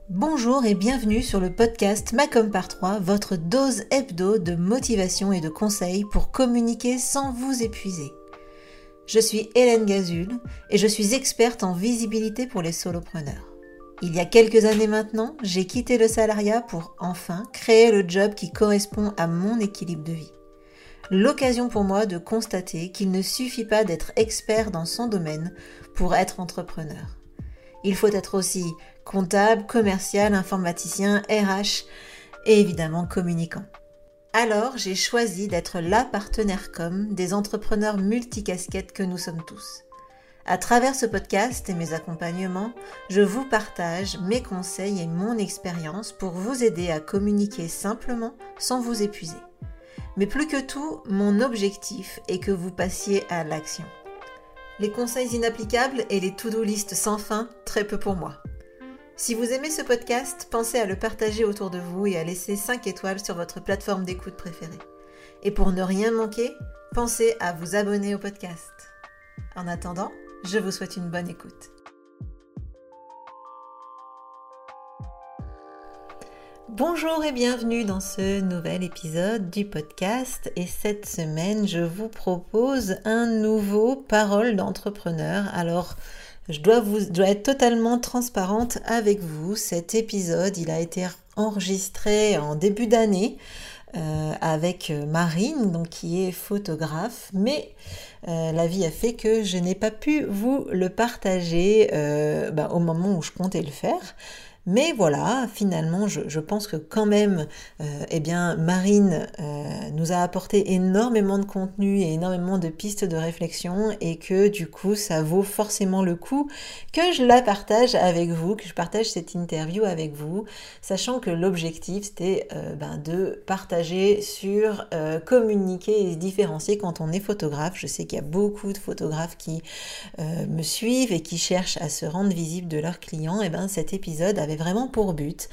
Bonjour et bienvenue sur le podcast Macom par 3, votre dose hebdo de motivation et de conseils pour communiquer sans vous épuiser. Je suis Hélène Gazul et je suis experte en visibilité pour les solopreneurs. Il y a quelques années maintenant, j'ai quitté le salariat pour enfin créer le job qui correspond à mon équilibre de vie. L'occasion pour moi de constater qu'il ne suffit pas d'être expert dans son domaine pour être entrepreneur. Il faut être aussi comptable, commercial, informaticien, RH et évidemment communicant. Alors, j'ai choisi d'être la partenaire com des entrepreneurs multicasquettes que nous sommes tous. À travers ce podcast et mes accompagnements, je vous partage mes conseils et mon expérience pour vous aider à communiquer simplement sans vous épuiser. Mais plus que tout, mon objectif est que vous passiez à l'action. Les conseils inapplicables et les to-do list sans fin, très peu pour moi. Si vous aimez ce podcast, pensez à le partager autour de vous et à laisser 5 étoiles sur votre plateforme d'écoute préférée. Et pour ne rien manquer, pensez à vous abonner au podcast. En attendant, je vous souhaite une bonne écoute. Bonjour et bienvenue dans ce nouvel épisode du podcast et cette semaine je vous propose un nouveau parole d'entrepreneur. Alors je dois être totalement transparente avec vous. Cet épisode il a été enregistré en début d'année avec Marine donc, qui est photographe, mais la vie a fait que je n'ai pas pu vous le partager au moment où je comptais le faire. Mais voilà, finalement, je pense que quand même, Marine nous a apporté énormément de contenu et énormément de pistes de réflexion et que du coup, ça vaut forcément le coup que je la partage avec vous, que je partage cette interview avec vous, sachant que l'objectif, c'était de partager sur communiquer et se différencier quand on est photographe. Je sais qu'il y a beaucoup de photographes qui me suivent et qui cherchent à se rendre visibles de leurs clients. Et cet épisode avait vraiment pour but,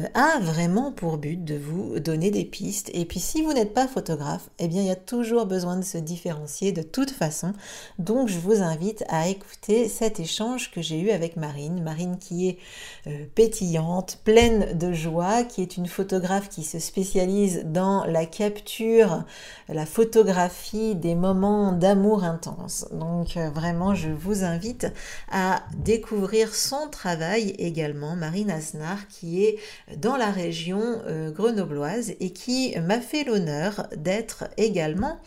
de vous donner des pistes. Et puis si vous n'êtes pas photographe, il y a toujours besoin de se différencier de toute façon. Donc je vous invite à écouter cet échange que j'ai eu avec Marine. Marine qui est pétillante, pleine de joie, qui est une photographe qui se spécialise dans la capture, la photographie des moments d'amour intense. Donc vraiment, je vous invite à découvrir son travail également. Marine Asnar qui est dans la région grenobloise et qui m'a fait l'honneur d'être également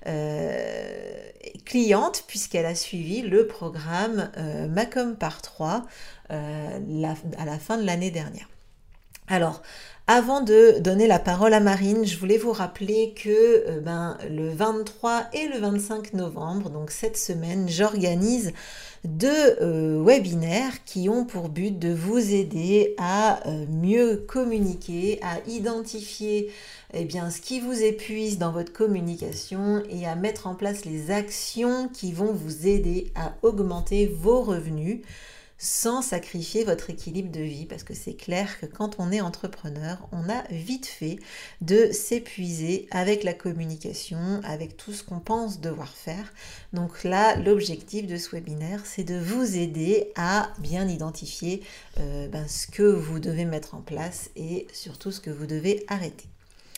cliente puisqu'elle a suivi le programme Macom par 3 à la fin de l'année dernière. Alors, avant de donner la parole à Marine, je voulais vous rappeler que le 23 et le 25 novembre, donc cette semaine, j'organise deux webinaires qui ont pour but de vous aider à mieux communiquer, à identifier ce qui vous épuise dans votre communication et à mettre en place les actions qui vont vous aider à augmenter vos revenus sans sacrifier votre équilibre de vie, parce que c'est clair que quand on est entrepreneur, on a vite fait de s'épuiser avec la communication, avec tout ce qu'on pense devoir faire. Donc là, l'objectif de ce webinaire, c'est de vous aider à bien identifier ce que vous devez mettre en place et surtout ce que vous devez arrêter.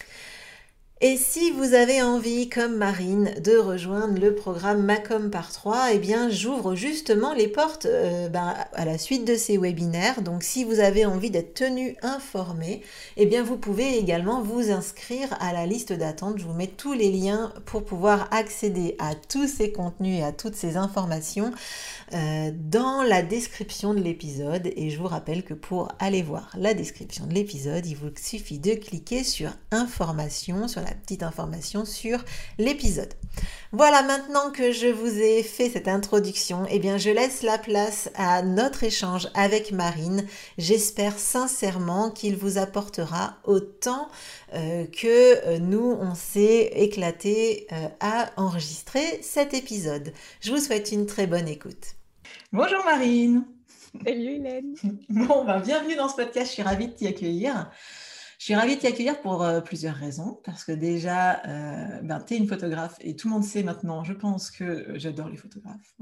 Et si vous avez envie, comme Marine, de rejoindre le programme Macom par 3, j'ouvre justement les portes à la suite de ces webinaires. Donc si vous avez envie d'être tenu informé, vous pouvez également vous inscrire à la liste d'attente. Je vous mets tous les liens pour pouvoir accéder à tous ces contenus et à toutes ces informations dans la description de l'épisode. Et je vous rappelle que pour aller voir la description de l'épisode, il vous suffit de cliquer sur information, sur la petite information sur l'épisode. Voilà, maintenant que je vous ai fait cette introduction, je laisse la place à notre échange avec Marine. J'espère sincèrement qu'il vous apportera autant que nous, on s'est éclaté à enregistrer cet épisode. Je vous souhaite une très bonne écoute. Bonjour Marine. Salut Hélène. Bon, bienvenue dans ce podcast, je suis ravie de t'y accueillir. Je suis ravie de t'y accueillir pour plusieurs raisons, parce que déjà, tu es une photographe et tout le monde sait maintenant, je pense que j'adore les photographes. Voilà,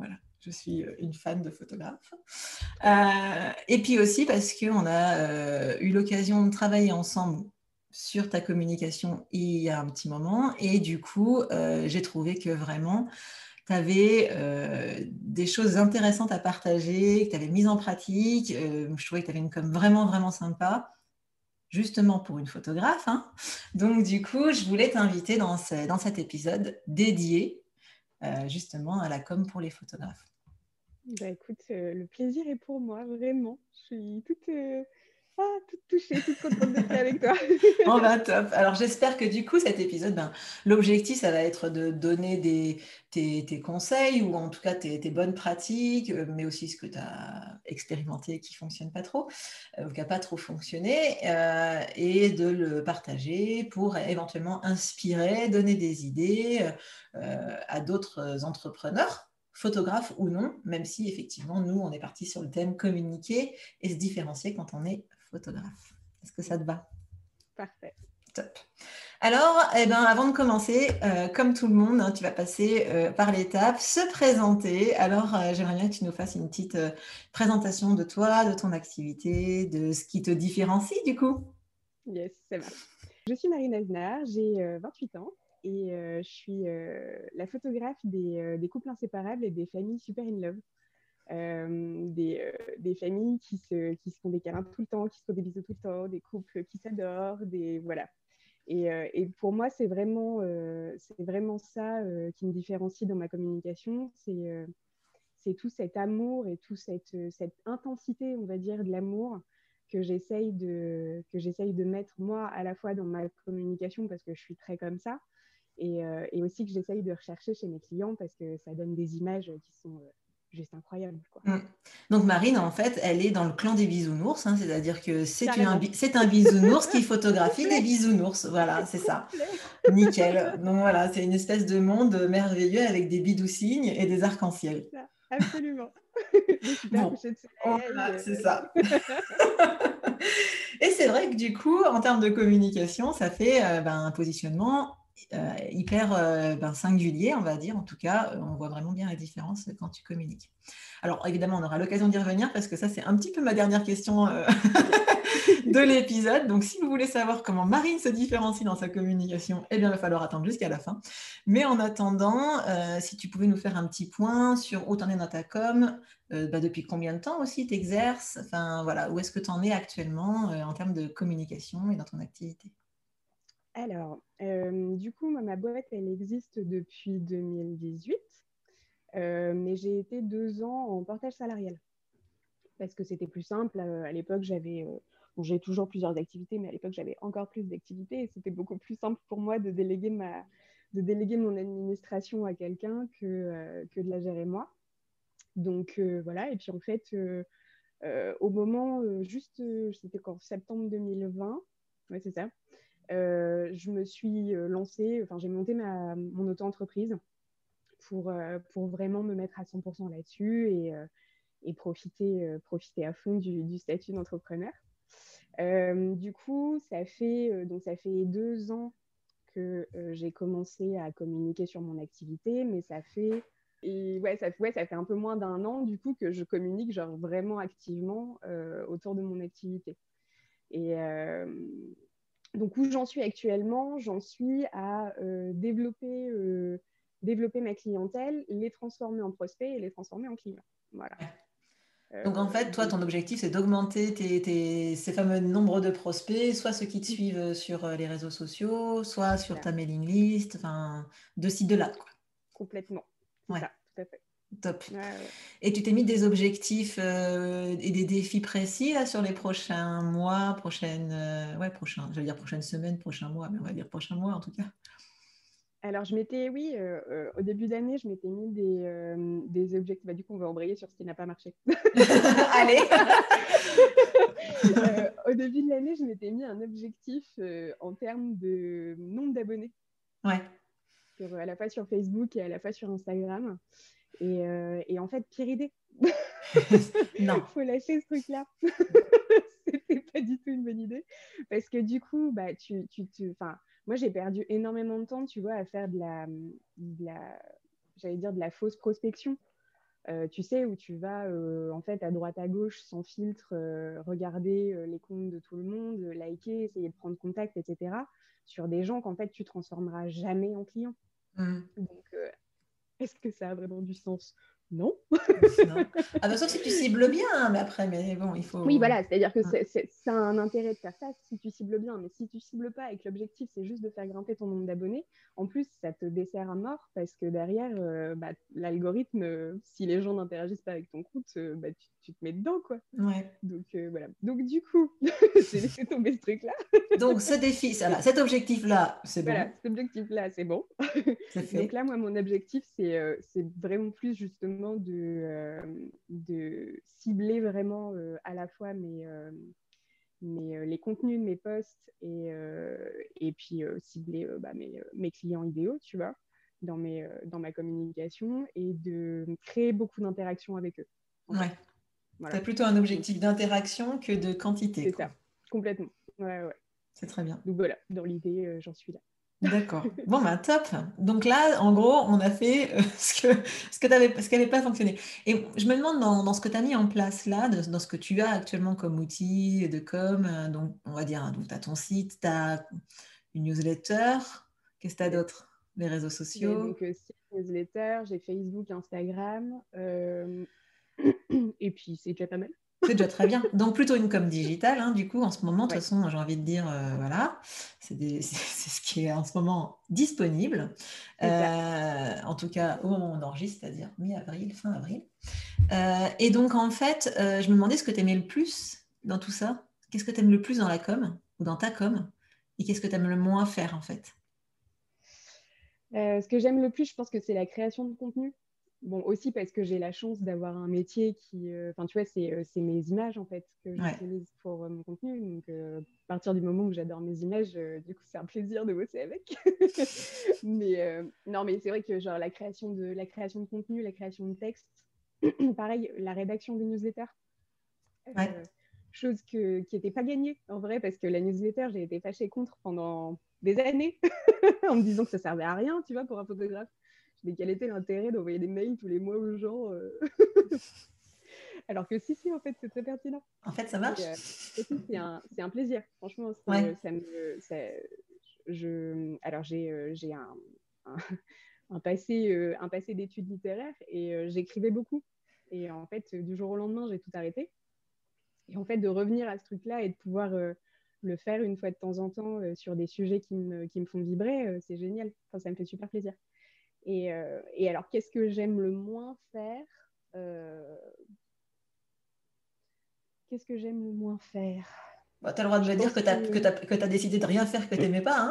je suis une fan de photographe. Et puis aussi parce qu'on a eu l'occasion de travailler ensemble sur ta communication il y a un petit moment. Et du coup, j'ai trouvé que vraiment, tu avais des choses intéressantes à partager, que tu avais mises en pratique. Je trouvais que tu avais une com vraiment, vraiment sympa, justement pour une photographe, hein. Donc, du coup, je voulais t'inviter dans cet épisode dédié justement à la com pour les photographes. Bah écoute, le plaisir est pour moi, vraiment. Je suis toute touchée, toute contente d'être là avec toi. Bon, bah, top. Alors, j'espère que du coup, cet épisode, l'objectif, ça va être de donner tes conseils ou en tout cas tes bonnes pratiques, mais aussi ce que tu as expérimenté qui ne fonctionne pas trop, ou qui n'a pas trop fonctionné, et de le partager pour éventuellement inspirer, donner des idées à d'autres entrepreneurs, photographes ou non, même si effectivement, nous, on est parti sur le thème communiquer et se différencier quand on est photographe. Est-ce que ça te va? Parfait. Top. Alors, avant de commencer, comme tout le monde, hein, tu vas passer par l'étape se présenter. Alors, j'aimerais bien que tu nous fasses une petite présentation de toi, de ton activité, de ce qui te différencie du coup. Yes, ça marche. Je suis Marine Aznar, j'ai 28 ans et je suis la photographe des couples inséparables et des familles super in love. Des familles qui se font des câlins tout le temps, qui se font des bisous tout le temps, des couples qui s'adorent, voilà. Et pour moi, c'est vraiment ça qui me différencie dans ma communication. C'est tout cet amour et toute cette intensité, on va dire, de l'amour que j'essaye de mettre moi à la fois dans ma communication parce que je suis très comme ça et aussi que j'essaye de rechercher chez mes clients parce que ça donne des images qui sont juste incroyables, quoi. Mm. Donc Marine, en fait, elle est dans le clan des bisounours, hein, c'est-à-dire que Carrément. c'est un bisounours qui photographie des Complet, bisounours. Voilà, c'est ça. complet. Nickel. Donc voilà, c'est une espèce de monde merveilleux avec des bidou-cygnes et des arcs-en-ciel. C'est ça, absolument. Des super Bon, couchers de soleil. voilà, c'est ça. Et c'est vrai que du coup, en termes de communication, ça fait un positionnement hyper singulier, on va dire. En tout cas, on voit vraiment bien la différence quand tu communiques. Alors, évidemment, on aura l'occasion d'y revenir parce que ça, c'est un petit peu ma dernière question Yes. de l'épisode. Donc, si vous voulez savoir comment Marine se différencie dans sa communication, eh bien, il va falloir attendre jusqu'à la fin. Mais en attendant, si tu pouvais nous faire un petit point sur où tu en es dans ta com, depuis combien de temps aussi tu exerces, enfin voilà, où est-ce que tu en es actuellement en termes de communication et dans ton activité? Alors, du coup, moi, ma boîte, elle existe depuis 2018, mais j'ai été 2 ans en portage salarial parce que c'était plus simple. À l'époque, bon, j'ai toujours plusieurs activités, mais à l'époque, j'avais encore plus d'activités et c'était beaucoup plus simple pour moi de déléguer mon administration à quelqu'un que de la gérer moi. Donc voilà, et puis en fait, au moment, c'était quand septembre 2020, ouais, c'est ça, je me suis lancée, enfin, j'ai monté mon auto-entreprise pour vraiment me mettre à 100% là-dessus et profiter à fond du statut d'entrepreneur. Du coup, ça fait 2 ans que j'ai commencé à communiquer sur mon activité, mais ça fait un peu moins d'1 an du coup que je communique genre vraiment activement autour de mon activité. Et donc où j'en suis actuellement, j'en suis à développer ma clientèle, les transformer en prospects et les transformer en clients. Voilà. Donc en fait, toi, Donc ton objectif, c'est d'augmenter ces fameux nombres de prospects, soit ceux qui te suivent sur les réseaux sociaux, soit c'est sur ça, ta mailing list, enfin, de ci, de là, quoi. complètement. C'est Ouais, ça, tout à fait. top. Ouais, ouais. Et tu t'es mis des objectifs et des défis précis là, sur les prochains mois, je vais dire prochaines semaines, prochains mois, mais on va dire prochains mois en tout cas. Alors, oui, au début d'année, je m'étais mis des objectifs. Bah, du coup, on va embrayer sur ce qui n'a pas marché. Allez. Au début de l'année, je m'étais mis un objectif en termes de nombre d'abonnés, Ouais. à la fois sur Facebook et à la fois sur Instagram. Et en fait, pire idée. Non. Faut lâcher ce truc-là. C'était pas du tout une bonne idée. Parce que du coup, bah, enfin, moi, j'ai perdu énormément de temps, tu vois, à faire j'allais dire, de la fausse prospection. Tu sais, où tu vas en fait à droite à gauche sans filtre, regarder les comptes de tout le monde, liker, essayer de prendre contact, etc. sur des gens qu'en fait tu transformeras jamais en clients. Mm. Donc, est-ce que ça a vraiment du sens? Non. Non. Ah, bien sûr, si tu cibles bien, hein, mais après, mais bon, il Oui, faut. voilà, c'est-à-dire que Mm. ça a un intérêt de faire ça si tu cibles bien, mais si tu cibles pas et que l'objectif c'est juste de faire grimper ton nombre d'abonnés, en plus ça te dessert à mort parce que derrière, l'algorithme, si les gens n'interagissent pas avec ton compte, tu te mets dedans, quoi. Ouais. Donc voilà. Donc du coup, j'ai laissé tomber ce truc-là. Donc, ce défi, voilà, cet objectif-là, c'est Voilà, bon, cet objectif-là, c'est bon. c'est Donc fait. là, moi, mon objectif, c'est vraiment plus justement de cibler vraiment à la fois les contenus de mes posts et puis cibler mes clients idéaux, tu vois, dans ma communication et de créer beaucoup d'interactions avec eux, en fait. Ouais. Tu Voilà. as plutôt un Donc, objectif d'interaction que de quantité, c'est quoi. ça, complètement. Ouais, ouais. C'est très bien. Donc voilà, dans l'idée, j'en suis là. D'accord. Bon, ben top. Donc là, en gros, on a fait ce qui n'avait pas fonctionné. Et je me demande dans ce que tu as mis en place là, dans ce que tu as actuellement comme outil de com, donc on va dire, hein, donc tu as ton site, tu as une newsletter, qu'est-ce que tu as Yes. d'autre? Les réseaux J'ai sociaux. donc site newsletter, j'ai Facebook, Instagram, et puis c'est déjà pas mal. C'est déjà très bien. Donc plutôt une com digitale, hein, du coup, en ce moment, de toute Ouais, façon, j'ai envie de dire, voilà, c'est ce qui est en ce moment disponible. c'est ça. En tout cas, au moment où on enregistre, c'est-à-dire mi-avril, fin avril. Et donc, en fait, je me demandais ce que tu aimais le plus dans tout ça. Qu'est-ce que tu aimes le plus dans la com ou dans ta com? Et qu'est-ce que tu aimes le moins faire, en fait? Ce que j'aime le plus, je pense que c'est la création de contenu. Bon, aussi parce que j'ai la chance d'avoir un métier qui, enfin, tu vois, c'est mes images en fait que Ouais. j'utilise pour mon contenu. Donc, à partir du moment où j'adore mes images, du coup, c'est un plaisir de bosser avec. Mais non, mais c'est vrai que genre la création de contenu, la création de texte, pareil, la rédaction des newsletters. Ouais. Euh, Chose qui n'était pas gagnée en vrai, parce que la newsletter, j'ai été fâchée contre pendant des années en me disant que ça servait à rien, tu vois, pour un photographe. Mais quel était l'intérêt d'envoyer des mails tous les mois aux gens alors que si, en fait, c'est très pertinent. En fait, ça Et, marche? aussi, c'est un plaisir. Franchement, Ouais. alors, j'ai un, un passé d'études littéraires et j'écrivais beaucoup. Et en fait, du jour au lendemain, j'ai tout arrêté. Et en fait, de revenir à ce truc-là et de pouvoir le faire une fois de temps en temps sur des sujets qui me font vibrer, c'est génial. Enfin, ça me fait super plaisir. Et alors, qu'est-ce que j'aime le moins faire euh, Qu'est-ce que j'aime le moins faire? Bah, tu as le droit de Je me dire pense que que... tu as décidé de rien faire que tu n'aimais pas, hein?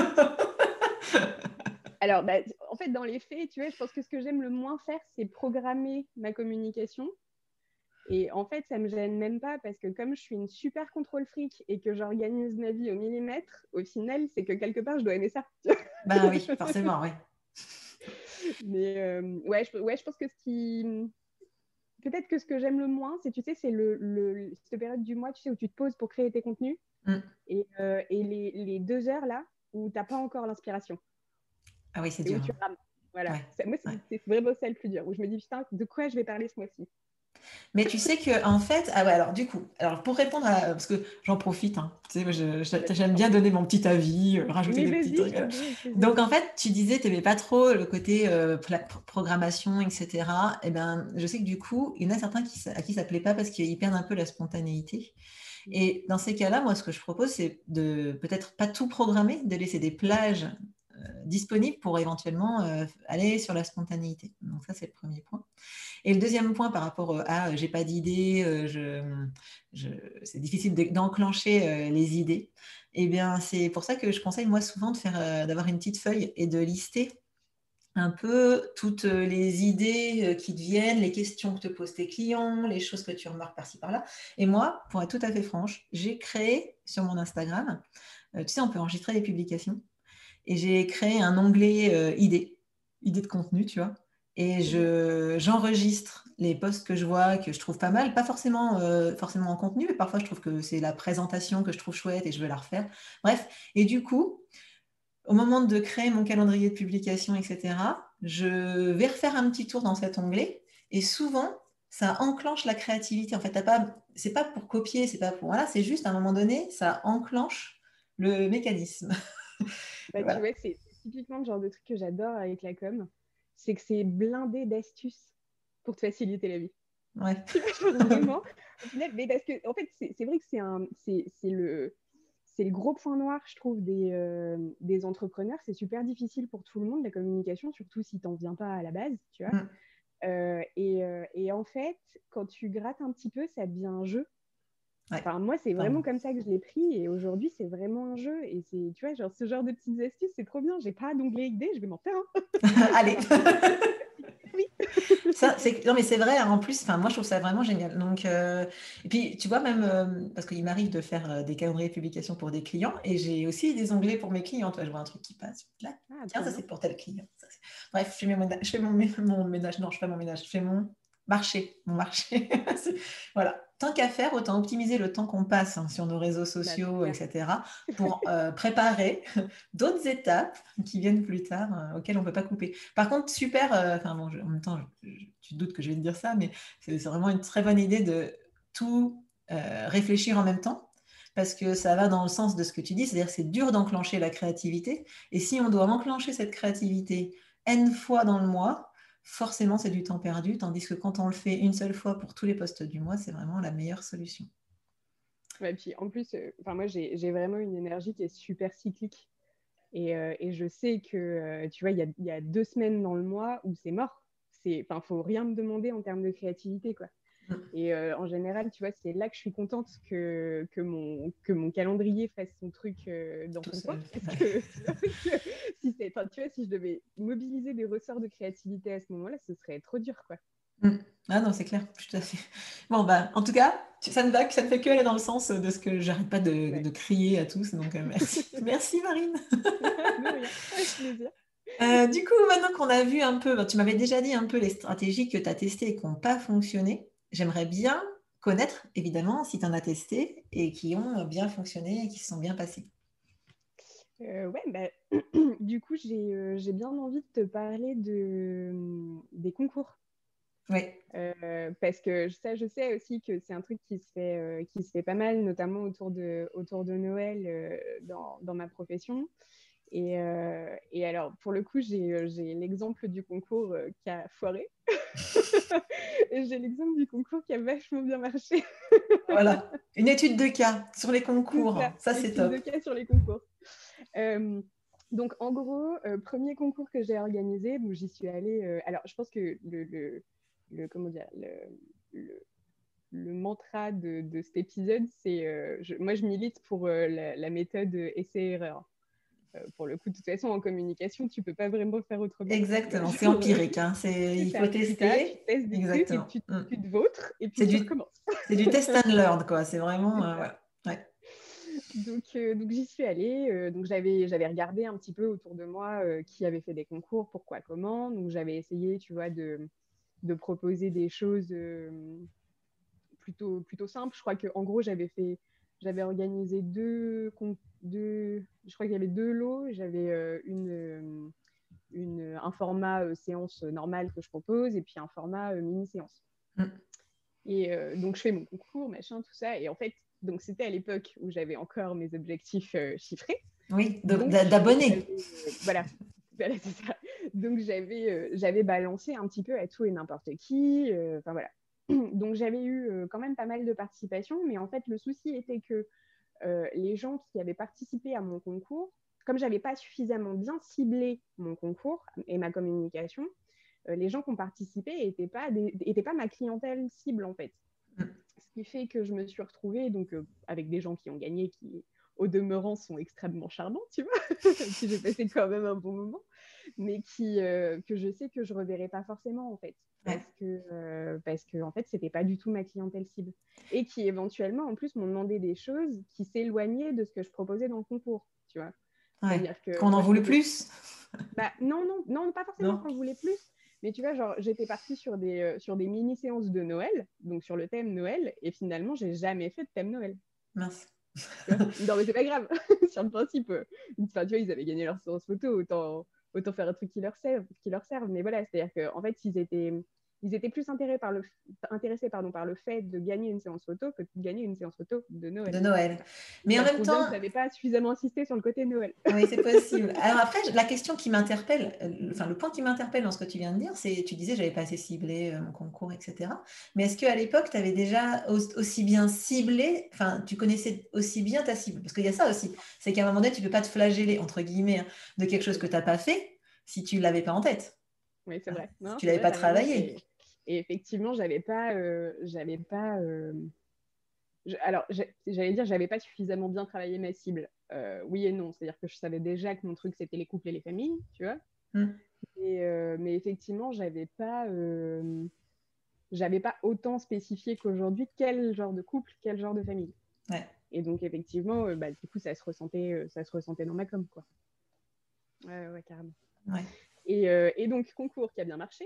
Alors, en fait, dans les faits, tu vois, je pense que ce que j'aime le moins faire, c'est programmer ma communication. Et en fait, ça me gêne même pas parce que comme je suis une super contrôle fric et que j'organise ma vie au millimètre, au final, c'est que quelque part, je dois aimer ça. Ben oui, forcément, oui. Mais ouais, je pense que peut-être que ce que j'aime le moins, c'est, tu sais, c'est cette période du mois, tu sais, où tu te poses pour créer tes contenus Mm. et les 2 heures là où t'as pas encore l'inspiration Ah oui, c'est et dur, où tu hein. rames. Voilà. Ouais, Moi, ouais. c'est vraiment ça le plus dur, où je me dis, putain, de quoi je vais parler ce mois-ci? Mais tu sais que en fait, ah ouais, alors du coup, alors pour répondre à, parce que j'en profite, hein, tu sais, moi, Vas-y, je j'aime t'en bien prie. donner mon petit avis, rajouter Mais des petits vas-y, trucs. je t'en prie, avec plaisir. Donc en fait, tu disais, tu n'aimais pas trop le côté programmation, etc. Eh ben, je sais que du coup, il y en a certains à qui ça plaît pas parce qu'ils perdent un peu la spontanéité. Et dans ces cas-là, moi, ce que je propose, c'est de peut-être pas tout programmer, de laisser des plages disponibles pour éventuellement aller sur la spontanéité. Donc ça, c'est le premier point. Et le deuxième point par rapport à j'ai pas d'idée, c'est difficile d'enclencher les idées. Eh bien, c'est pour ça que je conseille moi souvent d'avoir une petite feuille et de lister un peu toutes les idées qui te viennent, les questions que te posent tes clients, les choses que tu remarques par-ci par-là. Et moi, pour être tout à fait franche, j'ai créé sur mon Instagram, tu sais, on peut enregistrer les publications, et j'ai créé un onglet idées de contenu, tu vois. Et Mhm. j'enregistre les posts que je vois, que je trouve pas mal, pas forcément en contenu, mais parfois je trouve que c'est la présentation que je trouve chouette et je veux la refaire. Bref, et du coup, au moment de créer mon calendrier de publication, etc., je vais refaire un petit tour dans cet onglet Et souvent, ça enclenche la créativité. En fait, c'est pas pour copier, c'est pas pour... Voilà, c'est juste à un moment donné, ça enclenche le mécanisme. Bah, tu Voilà. vois, c'est typiquement le genre de truc que j'adore avec la com, c'est que c'est blindé d'astuces pour te faciliter la vie. Ouais. Tu vois, genre vraiment, au final, mais parce que, en fait, c'est vrai que c'est le gros point noir, je trouve, des entrepreneurs. C'est super difficile pour tout le monde, la communication, surtout si t'en viens pas à la base, tu vois. Mm. Et en fait, quand tu grattes un petit peu, ça devient un jeu. Ouais. Enfin, moi, c'est Pardon. vraiment comme ça que je l'ai pris. Et aujourd'hui, c'est vraiment un jeu. Et c'est, tu vois, genre, ce genre de petites astuces, c'est trop bien. J'ai pas d'onglet idée, je vais m'en faire un. Allez. Oui. Ça, non, mais c'est vrai, hein, en plus, enfin, moi je trouve ça vraiment génial. Donc, et puis tu vois, même parce qu'il m'arrive de faire des calendriers de publication pour des clients et j'ai aussi des onglets pour mes clients. Tu vois, je vois un truc qui passe, là, Ah, tiens, trop ça bien. c'est pour tel client. Bref, je fais mon ménage, non, je fais pas mon ménage, je fais mon marché. Voilà, tant qu'à faire, autant optimiser le temps qu'on passe sur nos réseaux Bah, c'est sociaux, clair. etc., pour préparer d'autres étapes qui viennent plus tard, auxquelles on ne peut pas couper. Par contre, super, enfin bon, en même temps, tu te doutes que je vais te dire ça, mais c'est vraiment une très bonne idée de tout réfléchir en même temps, parce que ça va dans le sens de ce que tu dis, c'est-à-dire que c'est dur d'enclencher la créativité, et si on doit enclencher cette créativité N fois dans le mois, forcément c'est du temps perdu, tandis que quand on le fait une seule fois pour tous les postes du mois, c'est vraiment la meilleure solution. Ouais, puis en plus, enfin moi, j'ai vraiment une énergie qui est super cyclique. Et je sais que, tu vois, il y a 2 semaines dans le mois où c'est mort. Enfin, faut rien me demander en termes de créativité, quoi. Et en général, tu vois, c'est là que je suis contente que mon calendrier fasse son truc dans Tout son coin. seul. Parce que, parce que si enfin, tu vois, si je devais mobiliser des ressorts de créativité à ce moment-là, ce serait trop dur, quoi. Mm. Ah non, c'est clair, je suis tout à fait. Bon, bah, en tout cas, ça ne fait que aller dans le sens de ce que j'arrête pas Ouais. de crier à tous, donc merci. Merci Marine. De rien, avec plaisir. Du coup, maintenant qu'on a vu un peu, bah, tu m'avais déjà dit un peu les stratégies que tu as testées et qui n'ont pas fonctionné, j'aimerais bien connaître, évidemment, si tu en as testé et qui ont bien fonctionné et qui se sont bien passés. Ouais, bah, du coup, j'ai bien envie de te parler des concours. Oui, Parce que ça, je sais aussi que c'est un truc qui se fait pas mal, notamment autour de Noël dans ma profession. Et alors, pour le coup, j'ai l'exemple du concours qui a foiré et j'ai l'exemple du concours qui a vachement bien marché. voilà. Une étude de cas sur les C'est ça, concours, ça c'est étude de top. cas sur les concours. Euh, donc, en gros, premier concours que j'ai organisé, donc j'y suis allée. Alors, je pense que comment dire, le, le mantra de cet épisode, c'est moi, je milite pour la méthode essai-erreur. Pour le coup, de toute façon, en communication, tu peux pas vraiment faire autrement. Tu vois, Exactement, c'est genre, empirique, hein. c'est Il faut ça. Tu tester. testes des trucs et Exactement. Mm. tu te vautres et puis C'est tu du, recommences. c'est du test and learn, quoi. C'est vraiment, C'est ça. voilà. Ouais. Donc j'y suis allée. Donc j'avais regardé un petit peu autour de moi qui avait fait des concours, pourquoi, comment. Donc j'avais essayé, tu vois, de proposer des choses plutôt simples. Je crois qu'en gros, j'avais organisé je crois qu'il y avait 2 lots. J'avais un format séance normale que je propose et puis un format mini-séance. Mm. Et donc, je fais mon concours, machin, tout ça. Et en fait, donc c'était à l'époque où j'avais encore mes objectifs chiffrés. Oui, Donc, d'abonnés. voilà. Voilà, c'est ça. Donc, j'avais balancé un petit peu à tout et n'importe qui. Enfin, voilà. Donc, j'avais eu quand même pas mal de participation. Mais en fait, le souci était que les gens qui avaient participé à mon concours, comme j'avais pas suffisamment bien ciblé mon concours et ma communication, les gens qui ont participé étaient pas ma clientèle cible en fait. Mm. Ce qui fait que je me suis retrouvée donc, avec des gens qui ont gagné, qui au demeurant sont extrêmement charmants, tu vois, avec qui j'ai passé quand même un bon moment, mais que je sais que je ne reverrai pas forcément en fait. Ouais. Parce que en fait, c'était pas du tout ma clientèle cible. Et qui éventuellement, en plus, m'ont demandé des choses qui s'éloignaient de ce que je proposais dans le concours, tu vois. Ouais. C'est-à-dire que Qu'on en moi, je voulait proposais plus? bah, non, pas forcément Non? qu'on voulait plus. Mais tu vois, genre, j'étais partie sur des mini-séances de Noël, donc sur le thème Noël, et finalement, j'ai jamais fait de thème Noël. Mince. Tu vois, non, mais c'est pas grave. Sur le principe, enfin, tu vois, ils avaient gagné leur séance photo, autant faire un truc qui leur serve. Mais voilà, c'est-à-dire qu'en fait, ils étaient plus intéressés par le fait de gagner une séance photo que de gagner une séance photo de Noël. De Noël. Voilà. Mais Ça en même prouve bien que temps, je n'avais pas suffisamment insisté sur le côté Noël. oui, c'est possible. Alors après, la question qui m'interpelle, enfin le point qui m'interpelle dans ce que tu viens de dire, c'est, tu disais, j'avais pas assez ciblé mon concours, etc. Mais est-ce qu'à l'époque, tu avais déjà aussi bien ciblé, enfin, tu connaissais aussi bien ta cible? Parce qu'il y a ça aussi, c'est qu'à un moment donné, tu peux pas te flageller, entre guillemets, hein, de quelque chose que tu n'as pas fait si tu l'avais pas en tête, Oui, c'est vrai. si Non, tu c'est l'avais vrai, pas tu as raison. travaillé. Et effectivement, j'allais dire, j'avais pas suffisamment bien travaillé ma cible. Oui et non, c'est-à-dire que je savais déjà que mon truc c'était les couples et les familles, tu vois. Hmm. Mais effectivement, j'avais pas autant spécifié qu'aujourd'hui quel genre de couple, quel genre de famille. Ouais. Et donc effectivement, du coup, ça se ressentait dans ma com, quoi. Ouais, carrément. Ouais. Et donc concours qui a bien marché.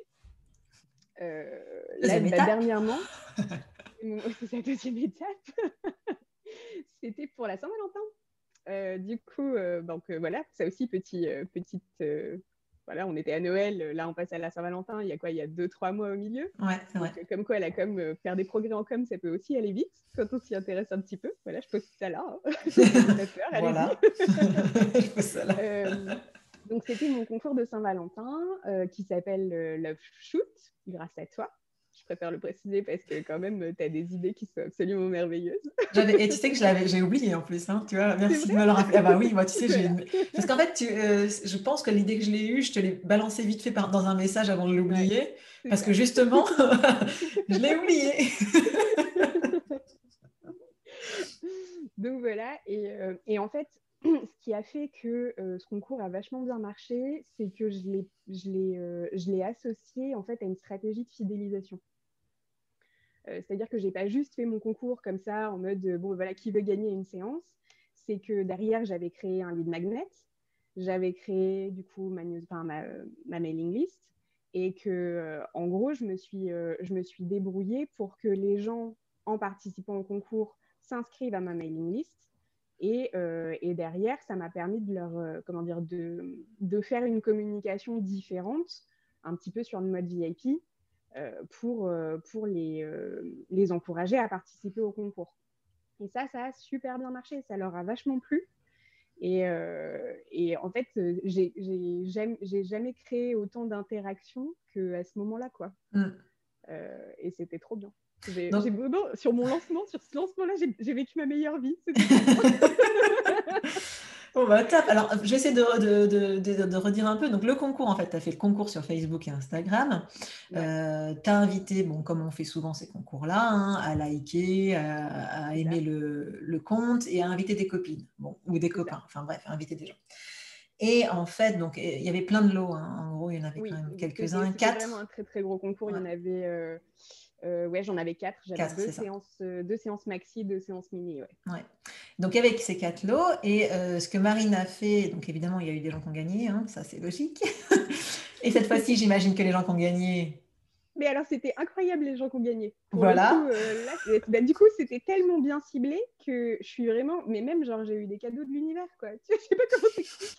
Là, Deuxième étape. dernièrement, c'est sa deuxième étape. C'était pour la Saint-Valentin. Du coup, donc voilà, ça aussi, petite. Voilà, on était à Noël, là on passe à la Saint-Valentin, il y a quoi? Il y a 2-3 mois au milieu. Ouais, c'est Donc, vrai. comme quoi, la com, faire des progrès en com, ça peut aussi aller vite quand on s'y intéresse un petit peu. Voilà, je pose ça là. Hein. Pas peur, allez-y. Voilà. Je fais ça là. Donc, c'était mon concours de Saint-Valentin qui s'appelle Love Shoot, grâce à toi. Je préfère le préciser parce que quand même, tu as des idées qui sont absolument merveilleuses. Et tu sais que j'ai oublié en plus, hein, tu vois, C'est merci de vrai? me le rappeler. Ah bah oui, moi tu sais, Voilà. parce qu'en fait, je pense que l'idée que je l'ai eue, je te l'ai balancée vite fait dans un message avant de Ouais, l'oublier, c'est parce que ça. justement, je l'ai oublié. Donc voilà, et en fait, ce qui a fait que ce concours a vachement bien marché, c'est que je l'ai associé en fait à une stratégie de fidélisation. C'est-à-dire que j'ai pas juste fait mon concours comme ça en mode bon voilà qui veut gagner une séance, c'est que derrière j'avais créé un lead magnet, j'avais créé du coup ma mailing list et que en gros je me suis débrouillée pour que les gens en participant au concours s'inscrivent à ma mailing list et derrière ça m'a permis de leur comment dire de faire une communication différente un petit peu sur le mode VIP pour les encourager à participer au concours. Et ça a super bien marché, ça leur a vachement plu. Et en fait, j'ai jamais créé autant d'interactions qu'à ce moment-là, quoi. Mm. Et c'était trop bien. Donc, Sur mon lancement, sur ce lancement-là, j'ai vécu ma meilleure vie. C'était trop bien. bon, bah, top. Alors, je vais essayer de redire un peu. Donc, le concours, en fait, tu as fait le concours sur Facebook et Instagram. Ouais, Tu as invité, bon, comme on fait souvent ces concours-là, hein, à liker, à c'est ça. aimer le compte et à inviter des copines, bon, ou des C'est ça. copains. Enfin, bref, à inviter des gens. Et en fait, donc, il y avait plein de lots, hein. En gros, il y en avait quand Oui, même quelques-uns, c'était vraiment un 4. très très gros concours. Il Ouais, y en avait, ouais, j'en avais 4. J'avais 4, c'est ça. deux séances maxi, 2 séances mini. Ouais. Ouais. Donc, avec ces 4 lots, et ce que Marine a fait, donc évidemment, il y a eu des gens qui ont gagné, hein, ça c'est logique. Et cette fois-ci, j'imagine que les gens qui ont gagné, Mais alors, c'était incroyable les gens qui ont gagné. Pour le coup, voilà. là, du coup, c'était tellement bien ciblé que je suis vraiment. Mais même, genre, j'ai eu des cadeaux de l'univers, quoi. Je sais pas comment t'expliquer.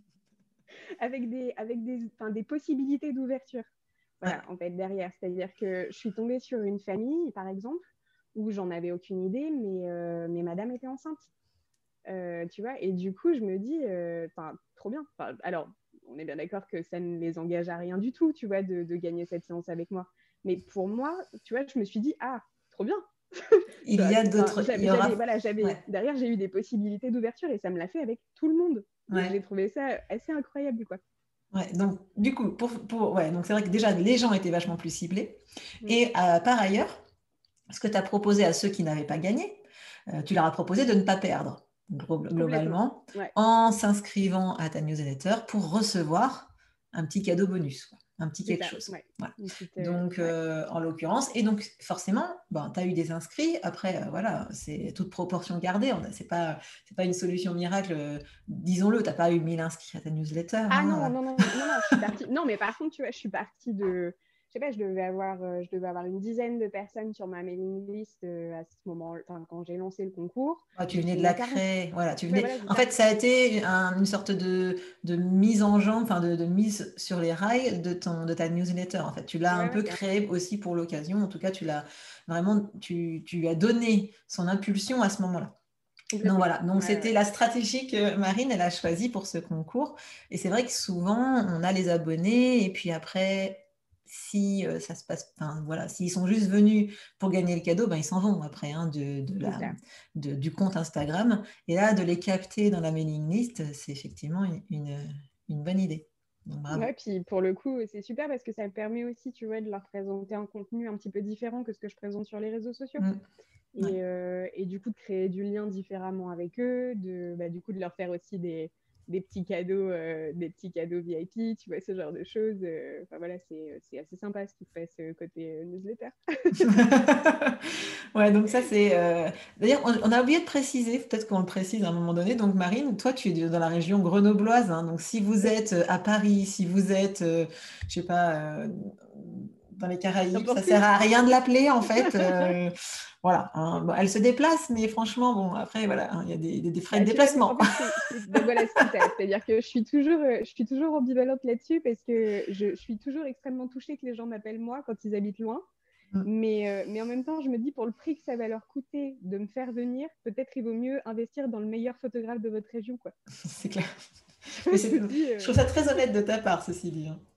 Des possibilités d'ouverture. Ouais. Voilà, en fait, derrière. C'est-à-dire que je suis tombée sur une famille, par exemple, où j'en avais aucune idée, mais madame était enceinte. Tu vois, et du coup, je me dis, trop bien. Alors, on est bien d'accord que ça ne les engage à rien du tout, tu vois, de gagner cette séance avec moi. Mais pour moi, tu vois, je me suis dit, ah, trop bien. Il y a il y aura. Ouais. Derrière, j'ai eu des possibilités d'ouverture et ça me l'a fait avec tout le monde. Et Ouais. j'ai trouvé ça assez incroyable, quoi. Ouais. Donc, du coup, ouais, donc c'est vrai que déjà, les gens étaient vachement plus ciblés. Mm. Et par ailleurs, ce que tu as proposé à ceux qui n'avaient pas gagné, tu leur as proposé de ne pas perdre, Complètement. globalement, Ouais, en s'inscrivant à ta newsletter pour recevoir un petit cadeau bonus, quoi, un petit c'est quelque ça. chose. Ouais. Voilà. Une petite, Donc, ouais. en l'occurrence, et donc forcément, ben, tu as eu des inscrits. Après, voilà, c'est toute proportion gardée. C'est pas une solution miracle. Disons-le, tu n'as pas eu 1000 inscrits à ta newsletter. Ah Hein. non, je suis partie. Non, mais par contre, tu vois, je suis partie de. sais pas, je devais avoir une dizaine de personnes sur ma mailing list à ce moment, enfin, quand j'ai lancé le concours. Ouais, tu Et venais puis de il y en la a 40. créer, voilà, tu Ouais, venais. voilà, c'est En ça. fait, ça a été une sorte de mise en jambe, enfin de mise sur les rails de ta newsletter. En fait, tu l'as un Ouais, ouais, peu carrément. créé aussi pour l'occasion. En tout cas, tu l'as vraiment, tu lui as donné son impulsion à ce moment-là. Donc Complètement. voilà, donc Ouais, c'était ouais. la stratégie que Marine, elle a choisie pour ce concours. Et c'est vrai que souvent, on a les abonnés, et puis après, si ça se passe, enfin voilà, s'ils sont juste venus pour gagner le cadeau, ben, ils s'en vont après hein, C'est ça. du compte Instagram. Et là, de les capter dans la mailing list, c'est effectivement une bonne idée. Donc bravo. Ouais, puis pour le coup, c'est super parce que ça me permet aussi, tu vois, de leur présenter un contenu un petit peu différent que ce que je présente sur les réseaux sociaux. Mm, ouais. Et du coup, de créer du lien différemment avec eux, du coup, de leur faire aussi des petits cadeaux VIP, tu vois, ce genre de choses. Enfin voilà, c'est assez sympa ce qui se passe côté newsletter. Ouais, donc ça c'est. D'ailleurs, on a oublié de préciser, peut-être qu'on le précise à un moment donné. Donc Marine, toi tu es dans la région grenobloise, hein. Donc si vous Oui, êtes à Paris, si vous êtes, je sais pas, dans les Caraïbes, ça n'importe sert où. à rien de l'appeler en fait. Voilà, hein. Bon, elle se déplace, mais franchement, bon après voilà, hein, il y a des frais de Bah, tu vois, en déplacement. fait, bah, voilà, c'est ça. C'est-à-dire que je suis toujours ambivalente là-dessus parce que je suis toujours extrêmement touchée que les gens m'appellent moi quand ils habitent loin. Mais en même temps, je me dis, pour le prix que ça va leur coûter de me faire venir, peut-être il vaut mieux investir dans le meilleur photographe de votre région, quoi. C'est clair. Tu Mais vois, je me dis, je trouve ça très honnête de ta part, ceci dit, hein.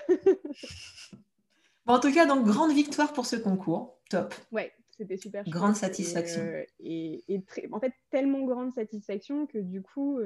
Bon, en tout cas, donc grande victoire pour ce concours, top, ouais, c'était super grande chouette. satisfaction. En fait, tellement grande satisfaction que du coup,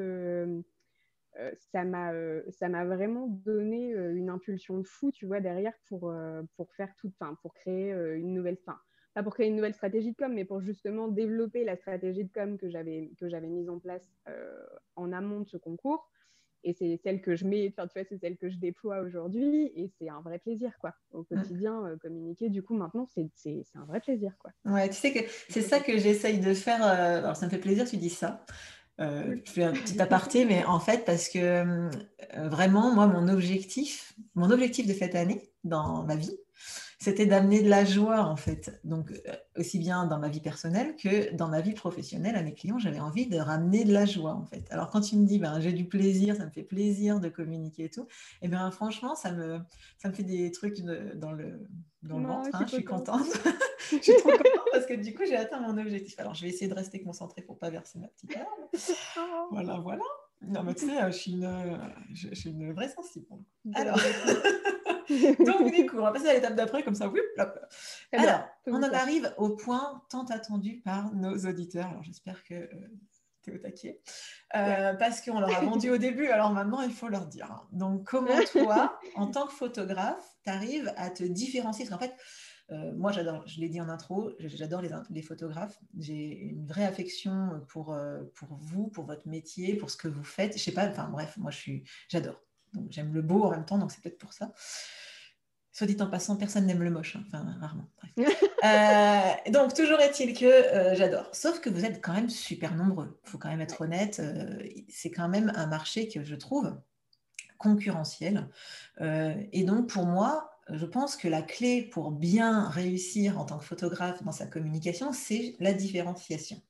ça m'a vraiment donné une impulsion de fou, tu vois, derrière pour faire tout, enfin, pour créer une nouvelle, enfin, pas pour créer une nouvelle stratégie de com, mais pour justement développer la stratégie de com que j'avais mise en place en amont de ce concours. Et c'est celle que je mets, enfin, tu vois, c'est celle que je déploie aujourd'hui. Et c'est un vrai plaisir, quoi. Au quotidien, communiquer, du coup, maintenant, c'est un vrai plaisir, quoi. Ouais, tu sais que C'est c'est trop ça cool. que j'essaye de faire. Alors, ça me fait plaisir, tu dis ça. Cool. Je fais un petit aparté, mais en fait, parce que vraiment, moi, mon objectif de cette année dans ma vie, c'était d'amener de la joie, en fait. Donc, aussi bien dans ma vie personnelle que dans ma vie professionnelle, à mes clients, j'avais envie de ramener de la joie, en fait. Alors, quand tu me dis, ben, j'ai du plaisir, ça me fait plaisir de communiquer et tout, et bien, franchement, ça me fait des trucs dans le Non, ventre, je hein, suis je suis contente. contente. Je suis trop contente parce que du coup, j'ai atteint mon objectif. Alors, je vais essayer de rester concentrée pour pas verser ma petite larme. Oh, Voilà, voilà. Non, mais tu sais, je suis une vraie sensible. belle Alors, réponse. donc du coup, on va passer à l'étape d'après, comme ça, oui, hop. Très bien, Alors, on faisons en ça. arrive au point tant attendu par nos auditeurs. Alors, j'espère que tu es au taquet. Ouais. Parce qu'on leur a vendu au début, alors maintenant, il faut leur dire, hein. Donc, comment toi, en tant que photographe, tu arrives à te différencier? Parce qu'en fait, moi, j'adore, je l'ai dit en intro, j'adore les photographes. J'ai une vraie affection pour vous, pour votre métier, pour ce que vous faites. Je sais pas, enfin bref, j'adore. Donc j'aime le beau en même temps, donc c'est peut-être pour ça. Soit dit en passant, personne n'aime le moche, hein. Enfin rarement. Bref. Donc toujours est-il que j'adore. Sauf que vous êtes quand même super nombreux. Il faut quand même être Ouais. honnête. C'est quand même un marché que je trouve concurrentiel. Et donc, pour moi, je pense que la clé pour bien réussir en tant que photographe dans sa communication, c'est la différenciation.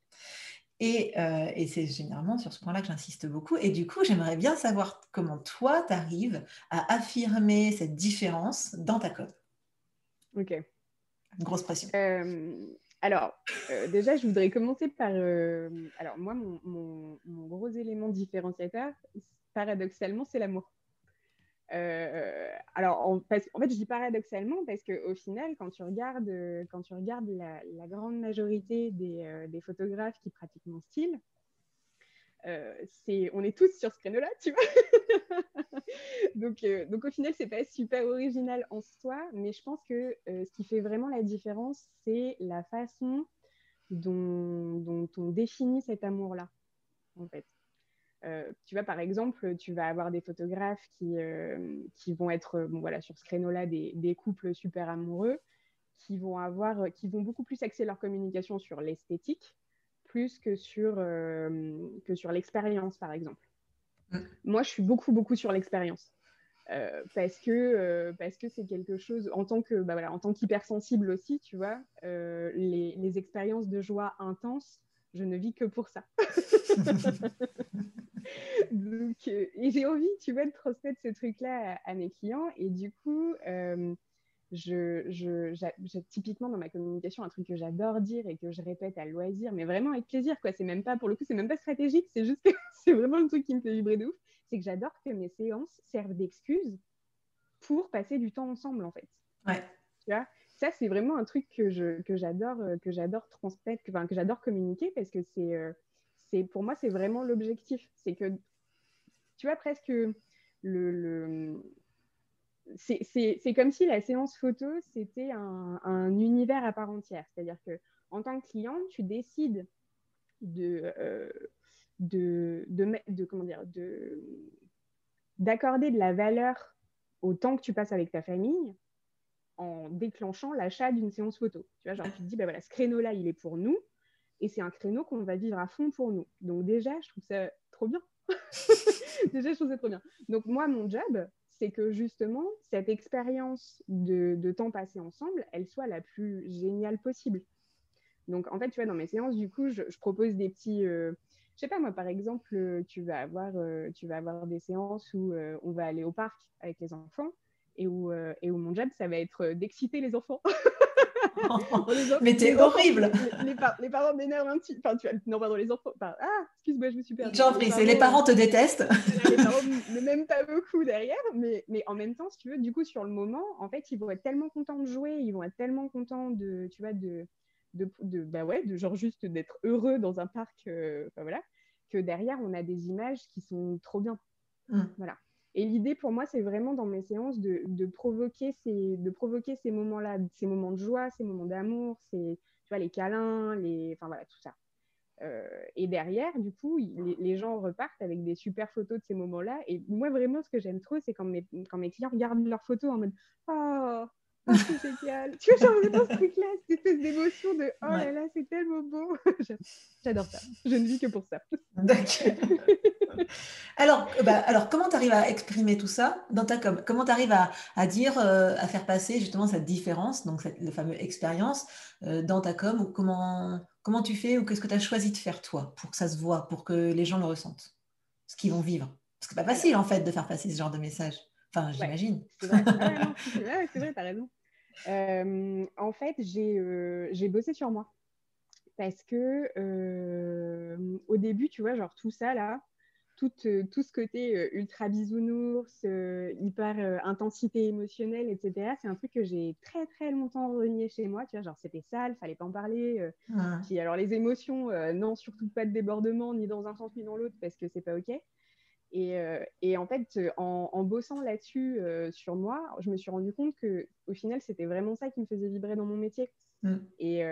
Et c'est généralement sur ce point-là que j'insiste beaucoup. Et du coup, j'aimerais bien savoir comment toi, tu arrives à affirmer cette différence dans ta com. Ok. Une grosse pression. Euh, alors, déjà, je voudrais commencer par. Alors, moi, mon gros élément différenciateur, paradoxalement, c'est l'amour. En fait, je dis paradoxalement parce qu'au final, quand tu regardes la grande majorité des photographes qui pratiquent mon style, on est tous sur ce créneau-là, tu vois. Donc au final, c'est pas super original en soi, mais je pense que ce qui fait vraiment la différence, c'est la façon dont on définit cet amour-là, en fait. Tu vois, par exemple, tu vas avoir des photographes qui vont être bon, voilà, sur ce créneau-là des couples super amoureux qui vont beaucoup plus axer leur communication sur l'esthétique plus que sur l'expérience, par exemple. Mm. Moi, je suis beaucoup, beaucoup sur l'expérience. Parce que c'est quelque chose, en tant que, bah voilà, en tant qu'hypersensible aussi, tu vois, les expériences de joie intenses, je ne vis que pour ça. Donc, et j'ai envie, tu vois, de transmettre ce truc-là à mes clients. Et du coup, typiquement dans ma communication, un truc que j'adore dire et que je répète à loisir, mais vraiment avec plaisir, quoi. C'est même pas, pour le coup, c'est même pas stratégique, c'est juste que c'est vraiment le truc qui me fait vibrer de ouf. C'est que j'adore que mes séances servent d'excuse pour passer du temps ensemble, en fait. Ouais. Tu vois, ça, c'est vraiment un truc que j'adore transmettre, que j'adore communiquer parce que pour moi, c'est vraiment l'objectif. C'est que, tu vois, presque le c'est comme si la séance photo, c'était un univers à part entière. C'est-à-dire que en tant que client, tu décides de, comment dire, d'accorder de la valeur au temps que tu passes avec ta famille en déclenchant l'achat d'une séance photo. Tu vois, genre, tu te dis, bah voilà, ce créneau-là, il est pour nous, et c'est un créneau qu'on va vivre à fond pour nous. Donc déjà, je trouve ça trop bien. Déjà, je trouve ça trop bien. Donc moi, mon job, c'est que justement, cette expérience de temps passé ensemble, elle soit la plus géniale possible. Donc en fait, tu vois, dans mes séances, du coup, je propose des petits... je sais pas, moi, par exemple, tu vas avoir des séances où on va aller au parc avec les enfants et où mon job, ça va être d'exciter les enfants. Bon, Mais t'es les enfants, horrible. les parents m'énervent un petit. Enfin, tu vois, non, pardon, les enfants. Enfin, ah, excuse-moi, je me suis perdue. J'en prie, c'est les parents te détestent. Voilà, les parents ne m'aiment pas beaucoup derrière, mais en même temps, si tu veux, du coup, sur le moment, en fait, ils vont être tellement contents de jouer, ils vont être tellement contents de, tu vois, bah ouais, de genre juste d'être heureux dans un parc, enfin, voilà, que derrière, on a des images qui sont trop bien. Voilà. Et l'idée pour moi, c'est vraiment dans mes séances de provoquer ces moments-là, ces moments de joie, ces moments d'amour, tu vois, les câlins, enfin voilà, tout ça. Et derrière, du coup, les gens repartent avec des super photos de ces moments-là. Et moi, vraiment, ce que j'aime trop, c'est quand mes clients regardent leurs photos en mode oh, oh c'est génial. Tu vois, genre vraiment ce truc-là, cette espèce d'émotion de oh Ouais. là là, c'est tellement beau. J'adore ça. Je ne vis que pour ça. D'accord. Alors, comment tu arrives à exprimer tout ça dans ta com? Comment tu arrives à dire, à faire passer justement cette différence, donc la fameuse expérience dans ta com, ou comment tu fais, ou qu'est-ce que tu as choisi de faire toi pour que ça se voit, pour que les gens le ressentent, ce qu'ils vont vivre? Parce que c'est pas facile Alors, en fait de faire passer ce genre de message. Enfin, ouais, j'imagine. c'est vrai. Ah ouais, non, c'est vrai, t'as raison. En fait, j'ai bossé sur moi. Parce que au début, tu vois, genre tout ça là, tout ce côté ultra bisounours, hyper intensité émotionnelle, etc., c'est un truc que j'ai très très longtemps renié chez moi. Tu vois, genre c'était sale, fallait pas en parler. Ouais. Puis alors les émotions, non, surtout pas de débordement, ni dans un sens ni dans l'autre, parce que c'est pas OK. Et en fait, en bossant là-dessus sur moi, je me suis rendu compte que au final, c'était vraiment ça qui me faisait vibrer dans mon métier. Mm. Et,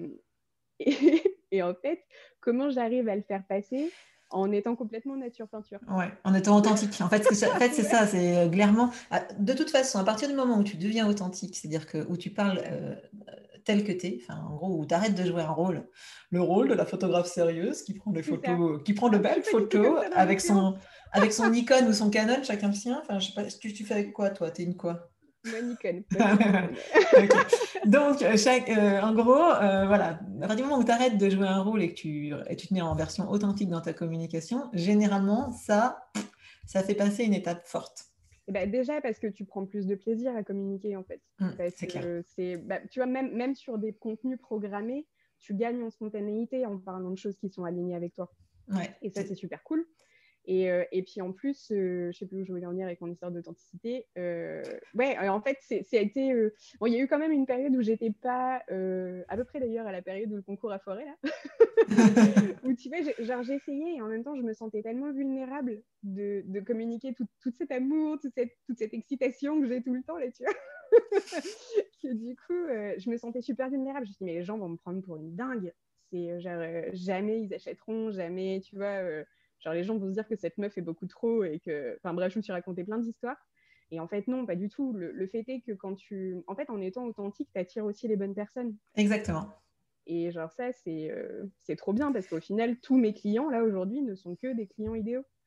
et en fait, comment j'arrive à le faire passer en étant complètement nature peinture. Ouais, en étant authentique. En fait, c'est Ouais, ça, c'est clairement. De toute façon, à partir du moment où tu deviens authentique, c'est-à-dire que où tu parles tel que tu es, enfin, en gros, où tu arrêtes de jouer un rôle, le rôle de la photographe sérieuse qui prend des c'est ça. photos, qui prend de Ah, tu belles fais pas du tout comme photos ça dans les séances. avec son Nikon ou son Canon, chacun le sien. Enfin, je sais pas, tu fais avec quoi, toi? T'es une quoi? Moi, Nikon. Moi, je suis Nikon. Ok. Donc, en gros, voilà, à partir du moment où tu arrêtes de jouer un rôle et tu te mets en version authentique dans ta communication, généralement, ça fait passer une étape forte. Et ben, déjà, parce que tu prends plus de plaisir à communiquer, en fait. Parce C'est clair. que bah, tu vois, même sur des contenus programmés, tu gagnes en spontanéité en parlant de choses qui sont alignées avec toi. Ouais, Et ça, c'est super cool. Et puis en plus, je ne sais plus où je voulais en venir avec mon histoire d'authenticité. Ouais, en fait, ça a été. Bon, il y a eu quand même une période où j'étais pas, à peu près d'ailleurs à la période où le concours a foiré, là, où tu vois, genre j'essayais et en même temps, je me sentais tellement vulnérable de communiquer tout cet amour, toute cette excitation que j'ai tout le temps, là, tu vois. Que du coup, je me sentais super vulnérable. Je me suis dit, mais les gens vont me prendre pour une dingue. C'est genre, jamais ils achèteront, jamais, tu vois. Genre, les gens vont se dire que cette meuf est beaucoup trop et que. Enfin, bref, je me suis raconté plein d'histoires. Et en fait, non, pas du tout. Le fait est que quand tu. En fait, en étant authentique, tu attires aussi les bonnes personnes. exactement. Et genre, ça, c'est trop bien parce qu'au final, tous mes clients, là, aujourd'hui, ne sont que des clients idéaux.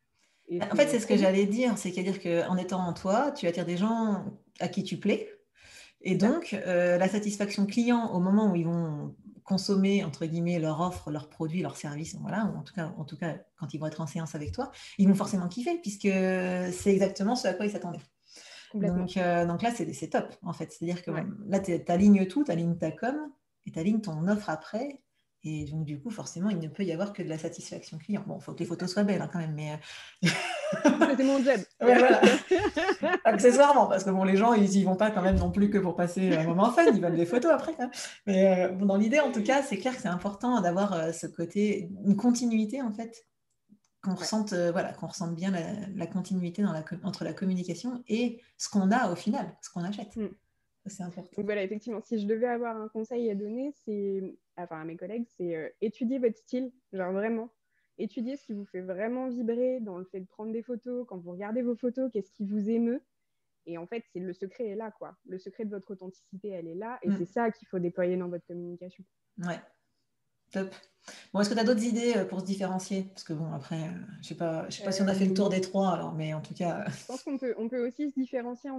Et En fait, c'est c'est ce que trop bien. j'allais dire, c'est-à-dire qu'en étant en toi, tu attires des gens à qui tu plais. Et C'est ça. donc, la satisfaction client au moment où ils vont consommer, entre guillemets, leur offre, leurs produits, leurs services, voilà, ou en tout cas, quand ils vont être en séance avec toi, ils vont forcément kiffer puisque c'est exactement ce à quoi ils s'attendaient. Complètement. Donc là, c'est top, en fait. C'est-à-dire que Ouais. là, tu alignes tout, tu alignes ta com et tu alignes ton offre après. Et donc, du coup, forcément, il ne peut y avoir que de la satisfaction client. Bon, il faut que les C'est ça. photos soient belles quand même, mais Ça, c'est mon job. ouais, voilà. Accessoirement, parce que bon, les gens, ils y vont pas quand même non plus que pour passer un moment fun, ils veulent des photos après, quand même. Mais bon, dans l'idée, en tout cas, c'est clair que c'est important d'avoir ce côté, une continuité, en fait, Ouais. voilà, qu'on ressente bien la continuité entre la communication et ce qu'on a au final, ce qu'on achète. Mm. Ça, c'est important. Donc voilà, effectivement, si je devais avoir un conseil à donner, enfin à mes collègues, c'est étudier votre style, genre vraiment. Étudier ce qui vous fait vraiment vibrer dans le fait de prendre des photos. Quand vous regardez vos photos, qu'est-ce qui vous émeut? Et en fait, le secret est là, quoi. Le secret de votre authenticité, elle est là. Et c'est Mm. ça qu'il faut déployer dans votre communication. Ouais, top. Bon, est-ce que tu as d'autres idées pour se différencier? Parce que bon, après, je sais pas si on a fait le tour Euh, des trois, alors, mais en tout cas, je pense qu'on peut aussi se différencier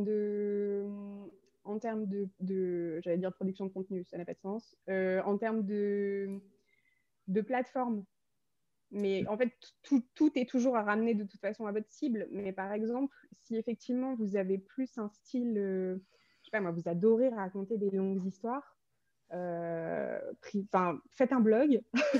j'allais dire production de contenu, ça n'a pas de sens, en termes de plateforme. Mais en fait, tout est toujours à ramener de toute façon à votre cible. Mais par exemple, si effectivement vous avez plus un style, je sais pas moi, vous adorez raconter des longues histoires, faites un blog,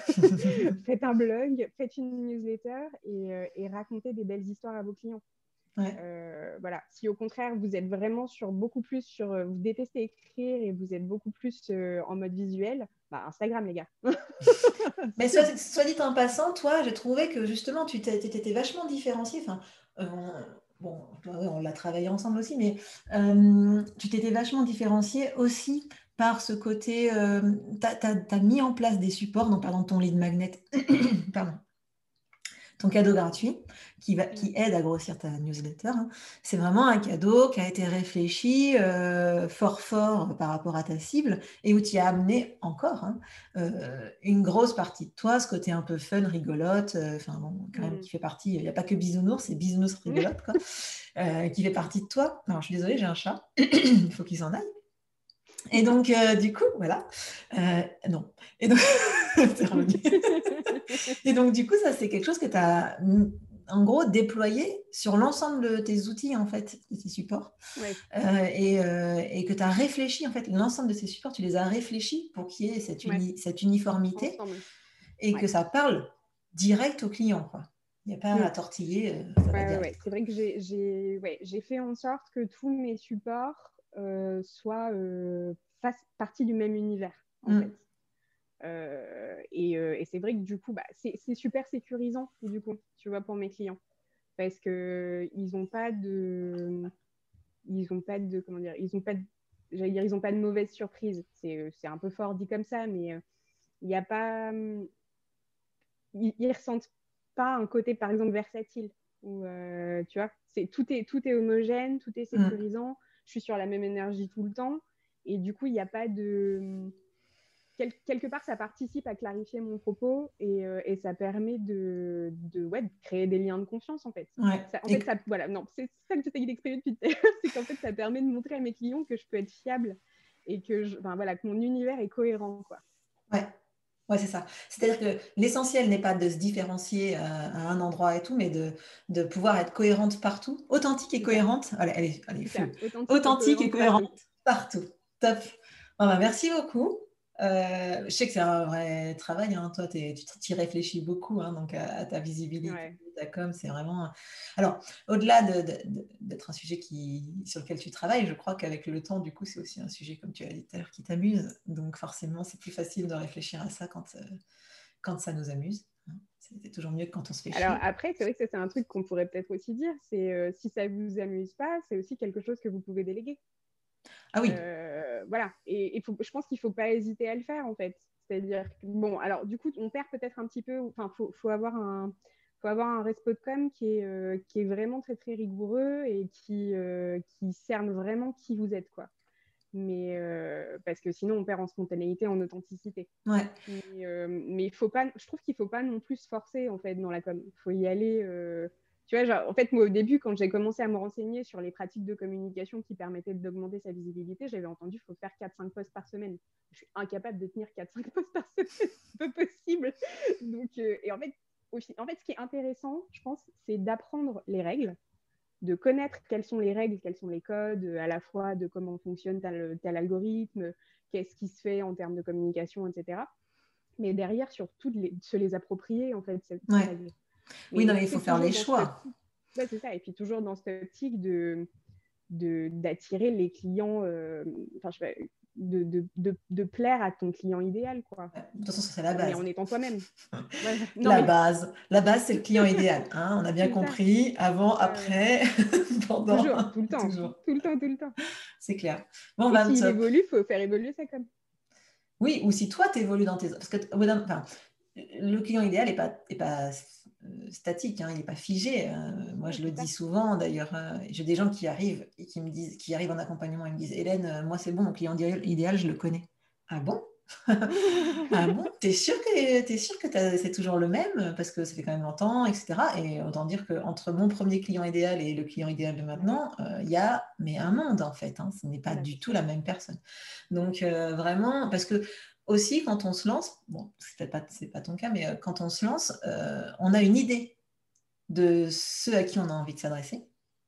faites une newsletter et racontez des belles histoires à vos clients. ouais. Voilà. Si au contraire vous êtes vraiment beaucoup plus sur, vous détestez écrire et vous êtes beaucoup plus en mode visuel, bah Instagram les gars. Mais soit dit en passant, toi, j'ai trouvé que justement, tu t'étais vachement différencié. Enfin, bon, ouais, on l'a travaillé ensemble aussi, mais tu t'étais vachement différencié aussi par ce côté. Tu as mis en place des supports, donc par exemple ton lead magnet, pardon, ton cadeau gratuit qui aide à grossir ta newsletter. Hein. C'est vraiment un cadeau qui a été réfléchi fort par rapport à ta cible et où tu as amené encore une grosse partie de toi, ce côté un peu fun, rigolote, enfin bon, quand même qui fait partie, il n'y a pas que bisounours, c'est bisounours rigolote, quoi, qui fait partie de toi. Alors je suis désolée, j'ai un chat, il faut qu'il s'en aille. Et donc, du coup, voilà. Non. Et donc, c'est revenu. Et donc, du coup, ça, c'est quelque chose que tu as, en gros, déployé sur l'ensemble de tes outils, en fait, de tes supports. Ouais. Et que tu as réfléchi, en fait, l'ensemble de ces supports, tu les as réfléchis pour qu'il y ait Ouais. cette uniformité Ensemble. et que Ouais. ça parle direct au client, quoi. Il n'y a pas Mm. à tortiller, ça va Ouais. direct. C'est vrai que j'ai fait en sorte que tous mes supports fassent partie du même univers, en fait. Mm. Et c'est vrai que du coup, bah, c'est super sécurisant, du coup, tu vois, pour mes clients. Parce que comment dire, j'allais dire, ils n'ont pas de mauvaise surprise. C'est un peu fort dit comme ça, mais il n'y a pas, ils ressentent pas un côté, par exemple, versatile. Où, tu vois, tout est homogène, tout est Mm. sécurisant. Je suis sur la même énergie tout le temps. Et du coup, il n'y a pas de. Quelque part, ça participe à clarifier mon propos et ça permet ouais, de créer des liens de confiance, en fait. Ouais. En fait, voilà, non, c'est ça que j'essaye d'exprimer depuis tout à l'heure, c'est qu'en fait, ça permet de montrer à mes clients que je peux être fiable et voilà, que mon univers est cohérent, quoi. Ouais. Ouais, c'est ça. C'est-à-dire que l'essentiel n'est pas de se différencier à un endroit et tout, mais de pouvoir être cohérente partout, authentique et C'est ça, cohérente. Allez, c'est ça, feu. authentique et Authentique et cohérente cohérente partout. partout. Top. Bon, bah, merci beaucoup. Je sais que c'est un vrai travail, hein. Toi, tu t'y réfléchis beaucoup, hein, donc à ta visibilité, Ouais. ta com, c'est vraiment. Alors, au-delà d'être un sujet sur lequel tu travailles, je crois qu'avec le temps, du coup, c'est aussi un sujet, comme tu as dit tout à l'heure, qui t'amuse. Donc, forcément, c'est plus facile de réfléchir à ça quand ça nous amuse. Hein. C'est toujours mieux que quand on se fait Alors chier. après, c'est vrai que ça, c'est un truc qu'on pourrait peut-être aussi dire, c'est si ça vous amuse pas, c'est aussi quelque chose que vous pouvez déléguer. Ah oui. Voilà. Et je pense qu'il ne faut pas hésiter à le faire, en fait. C'est-à-dire que, bon, alors du coup, on perd peut-être un petit peu, enfin, faut avoir un respo de com qui est vraiment très, très rigoureux et qui cerne vraiment qui vous êtes, quoi. Mais parce que sinon, on perd en spontanéité, en authenticité. Ouais. Mais je trouve qu'il ne faut pas non plus se forcer, en fait, dans la com. Il faut y aller. Tu vois, genre, en fait, moi, au début, quand j'ai commencé à me renseigner sur les pratiques de communication qui permettaient d'augmenter sa visibilité, j'avais entendu qu'il faut faire 4-5 posts par semaine. Je suis incapable de tenir 4-5 posts par semaine. C'est pas possible. Donc, et en fait, ce qui est intéressant, je pense, c'est d'apprendre les règles, de connaître quelles sont les règles, quels sont les codes, à la fois de comment fonctionne tel algorithme, qu'est-ce qui se fait en termes de communication, etc. Mais derrière, surtout, de se les approprier, en fait, ces Ouais. règles. Oui, non, Mais mais il faut faire les choix. Ouais, c'est ça. Et puis toujours dans cette optique d'attirer les clients, enfin, je sais pas, de plaire à ton client idéal, quoi. Ouais, de toute façon, ça, c'est la Mais base. en étant toi-même. Ouais, ouais. Non, La mais base. La base, c'est le client idéal. Hein, on a bien c'est ça. compris. Avant, Ouais, ouais. après, pendant, Toujours, tout le temps. toujours. Tout le temps, tout le temps. C'est clair. Bon, Et ben, s'il top. évolue, il faut faire évoluer ça comme. Oui, ou si toi, tu évolues dans tes... Parce que enfin, le client idéal n'est pas statique, hein, il n'est pas figé. Moi, Ouais, je le c'est ça. dis souvent, d'ailleurs. J'ai des gens qui arrivent et qui arrivent en accompagnement et me disent, Hélène, moi, c'est bon, mon client idéal, je le connais. Ah bon? Ah bon? T'es sûr que c'est toujours le même? Parce que ça fait quand même longtemps, etc. Et autant dire qu'entre mon premier client idéal et le client idéal de Bah oui. maintenant, il y a mais un monde, en fait. Hein. Ce n'est pas Bah, du c'est tout ça. la même personne. Donc, vraiment, parce que aussi, quand on se lance, bon, c'est pas ton cas, mais quand on se lance, on a une idée de ceux à qui on a envie de s'adresser.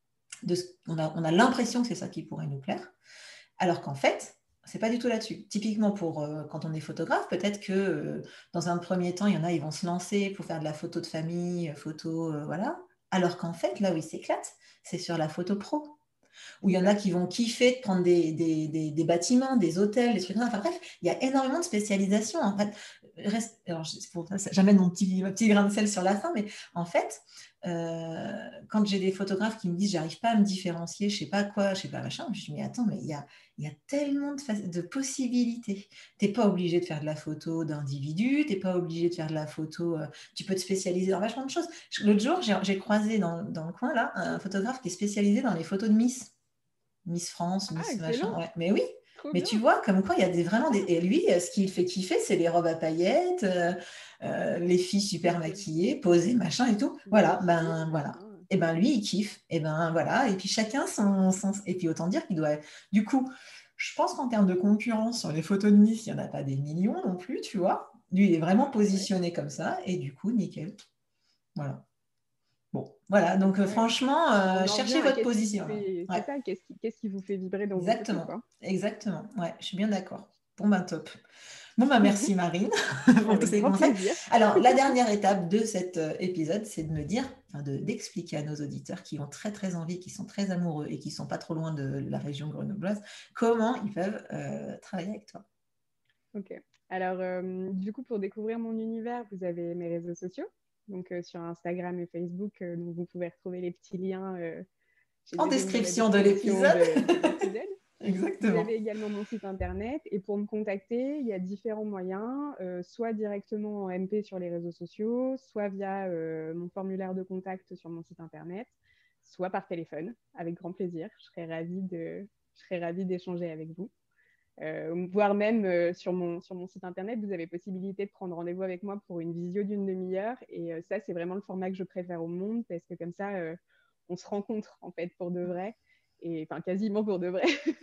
On a l'impression que c'est ça qui pourrait nous plaire. Alors qu'en fait, c'est pas du tout là-dessus. Typiquement pour quand on est photographe, peut-être que dans un premier temps, il y en a, ils vont se lancer pour faire de la photo de famille, photo, voilà. Alors qu'en fait, là où ils s'éclatent, c'est sur la photo pro. Où il y C'est en a ça. qui vont kiffer de prendre des bâtiments, des hôtels, des trucs comme ça. Enfin bref, il y a énormément de spécialisation. En fait, alors, j'amène ma petit grain de sel sur la fin, mais en fait, quand j'ai des photographes qui me disent j'arrive pas à me différencier, je sais pas quoi, je sais pas machin, je me dis mais attends, mais il y a tellement de possibilités. Tu n'es pas obligé de faire de la photo d'individu, tu n'es pas obligé de faire de la photo, tu peux te spécialiser dans vachement de choses. L'autre jour, j'ai croisé dans le coin là un photographe qui est spécialisé dans les photos de Miss France, Ah, Miss machin. excellent. Ouais. Mais oui, Trop mais bien. tu vois, comme quoi il y a vraiment des. Ouais. Et lui, ce qu'il fait kiffer, c'est les robes à paillettes, les filles Mais super maquillées, posées, machin et tout. Voilà, sûr. ben voilà. Ah, Et ben lui, il kiffe. Et ben voilà. Et puis chacun son. Et puis autant dire qu'il doit. Du coup, je pense qu'en termes de concurrence sur les photos de Miss, il n'y en a pas des millions non plus, tu vois. Lui, il est vraiment ouais. positionné comme ça. Et du coup, nickel. Voilà. Bon, voilà. Donc Ouais. franchement, On en revient cherchez à votre qu'est-ce qui vous position. fait. C'est Ouais. ça, qu'est-ce qui vous fait vibrer dans vos photos, Exactement, quoi. exactement. Ouais, je suis bien d'accord. Bon, ben top. Bon, ben merci Marine pour tous Avec ces grand conseils. plaisir. Alors, la dernière étape de cet épisode, c'est de me dire, enfin, d'expliquer à nos auditeurs qui ont très très envie, qui sont très amoureux et qui sont pas trop loin de la région grenobloise, comment ils peuvent travailler avec toi. Ok. Alors, du coup, pour découvrir mon univers, vous avez mes réseaux sociaux. Donc, sur Instagram et Facebook, donc vous pouvez retrouver les petits liens. Je En les ai mis dans la description de description l'épisode. de l'épisode. Vous Exactement. avez également mon site internet. Et pour me contacter, il y a différents moyens, soit directement en MP sur les réseaux sociaux, soit via mon formulaire de contact sur mon site internet, soit par téléphone, avec grand plaisir. Je serais ravie d'échanger avec vous. Voire même sur mon site internet, vous avez possibilité de prendre rendez-vous avec moi pour une visio d'une demi-heure. Et ça, c'est vraiment le format que je préfère au monde parce que comme ça, on se rencontre en fait pour de vrai. Et enfin, quasiment pour de vrai.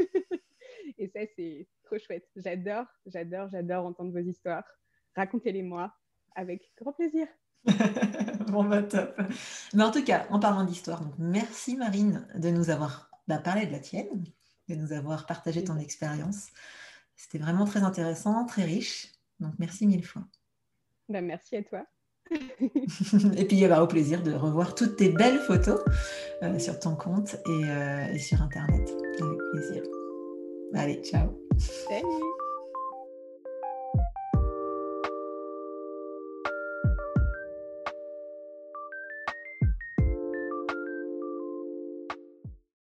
Et ça, c'est trop chouette. J'adore, j'adore, j'adore entendre vos histoires. Racontez-les-moi avec grand plaisir. Bon, bah top. Mais en tout cas, en parlant d'histoire, donc merci Marine de nous avoir parlé de la tienne, de nous avoir partagé ton Plaisir. expérience. C'était vraiment très intéressant, très riche. Donc merci mille fois. Ben, merci à toi. Et puis au plaisir de revoir toutes tes belles photos sur ton compte et sur Internet. Avec plaisir. Allez, ciao. Salut!